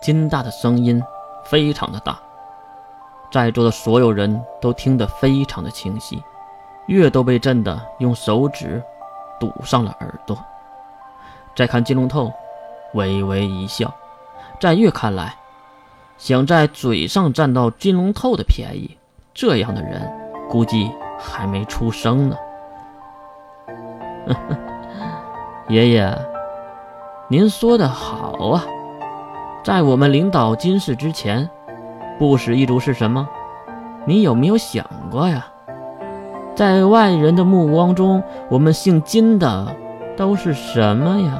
金大的声音非常的大，在座的所有人都听得非常的清晰，月都被震得用手指堵上了耳朵。再看金龙透微微一笑，在月看来，想在嘴上占到金龙透的便宜，这样的人估计还没出生呢。爷爷，您说得好啊，在我们领导金氏之前，不使一族是什么？你有没有想过呀？在外人的目光中，我们姓金的都是什么呀？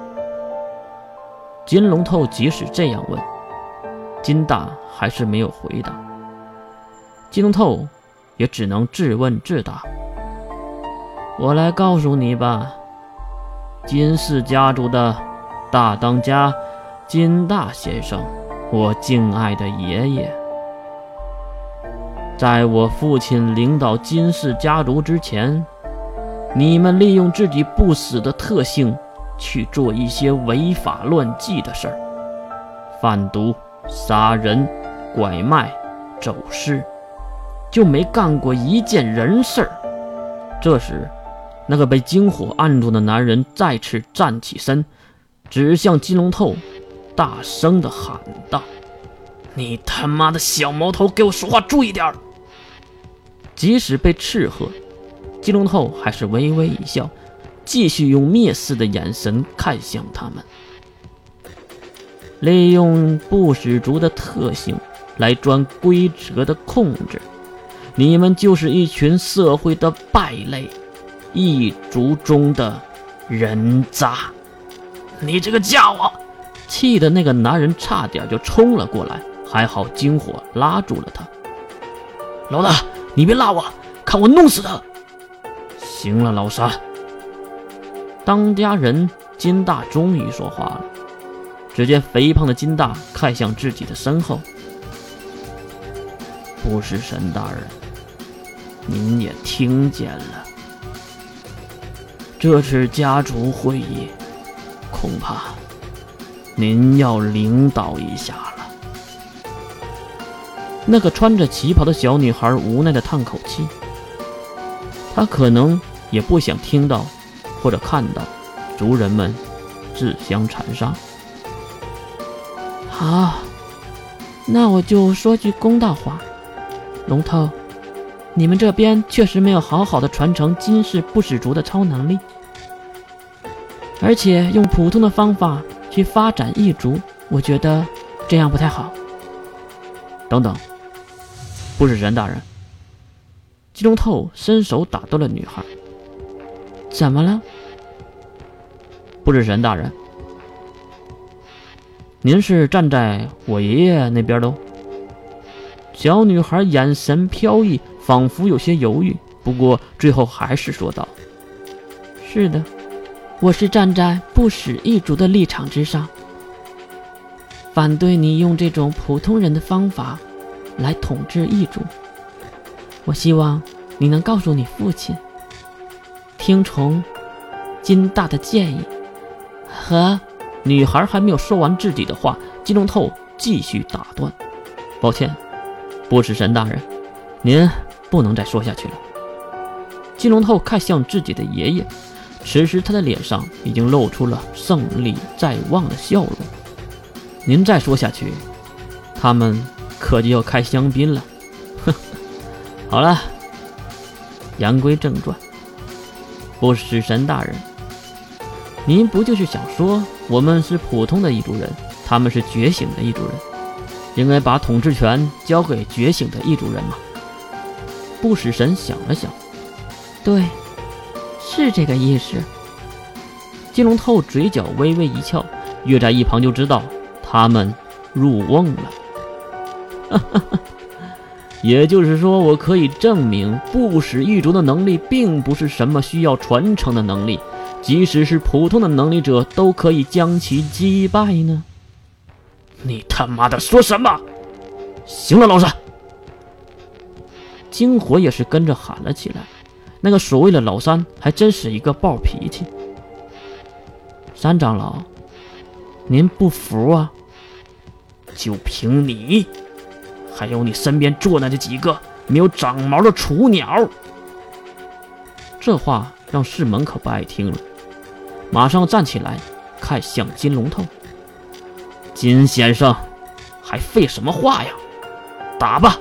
金龙透即使这样问，金大还是没有回答。金龙透也只能自问自答。我来告诉你吧，金氏家族的大当家金大先生，我敬爱的爷爷。在我父亲领导金氏家族之前，你们利用自己不死的特性去做一些违法乱纪的事儿，贩毒、杀人、拐卖、走私，就没干过一件人事儿。这时，那个被金火按住的男人再次站起身，指向金龙透，大声地喊道：“你他妈的小毛头，给我说话注意点！”即使被斥喝，金龙透还是微微一笑，继续用蔑视的眼神看向他们。利用不死族的特性来钻规则的控制，你们就是一群社会的败类，一族中的人渣！你这个家伙！气得那个男人差点就冲了过来，还好金火拉住了他。老大，你别拉我，看我弄死他！行了，老三。当家人金大终于说话了，只见肥胖的金大看向自己的身后。不是神大人，您也听见了，这次家族会议恐怕您要领导一下了。那个穿着旗袍的小女孩无奈地叹口气，她可能也不想听到或者看到族人们自相残杀。好，那我就说句公道话，龙头，你们这边确实没有好好的传承金氏不死族的超能力，而且用普通的方法去发展异族，我觉得这样不太好。等等，不是神大人。金龙透伸手打断了女孩。怎么了？不是神大人，您是站在我爷爷那边喽？小女孩眼神飘逸，仿佛有些犹豫，不过最后还是说道：是的，我是站在不死异族的立场之上，反对你用这种普通人的方法来统治异族。我希望你能告诉你父亲，听从金大的建议和……女孩还没有说完自己的话，金龙透继续打断：抱歉，不是神大人，您不能再说下去了。金龙透看向自己的爷爷，此时他的脸上已经露出了胜利在望的笑容。您再说下去，他们可就要开香槟了。哼，好了，言归正传，不是神大人，您不就是想说我们是普通的异族人，他们是觉醒的异族人，应该把统治权交给觉醒的异族人吗？不死神想了想，对，是这个意思。金龙透嘴角微微一翘，跃在一旁就知道他们入瓮了。也就是说，我可以证明不死异族的能力并不是什么需要传承的能力，即使是普通的能力者都可以将其击败呢？你他妈的说什么？行了，老三！金火也是跟着喊了起来。那个所谓的老三还真是一个暴脾气。三长老，您不服啊？ 就凭你，还有你身边坐那几个没有长毛的雏鸟。这话让世门可不爱听了，马上站起来看向金龙头。金先生，还废什么话呀？打吧！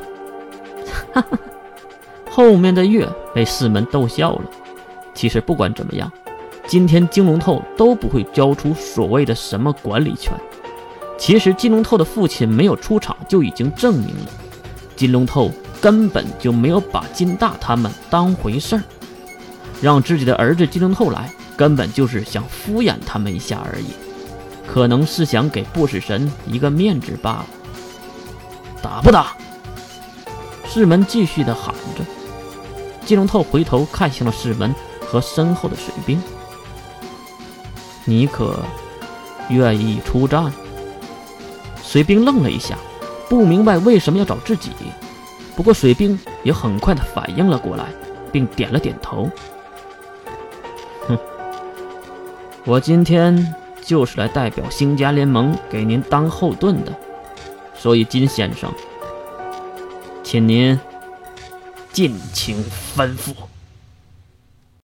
后面的月被世门逗笑了。其实不管怎么样，今天金龙头都不会交出所谓的什么管理权。其实金龙头的父亲没有出场就已经证明了，金龙头根本就没有把金大他们当回事儿，让自己的儿子金龙头来，根本就是想敷衍他们一下而已，可能是想给不死神一个面子罢了。打不打？世门继续的喊着。金龙头回头看向了世门和身后的水兵。你可愿意出战？水兵愣了一下，不明白为什么要找自己，不过水兵也很快的反应了过来，并点了点头。我今天就是来代表星家联盟给您当后盾的，所以金先生，请您尽情吩咐。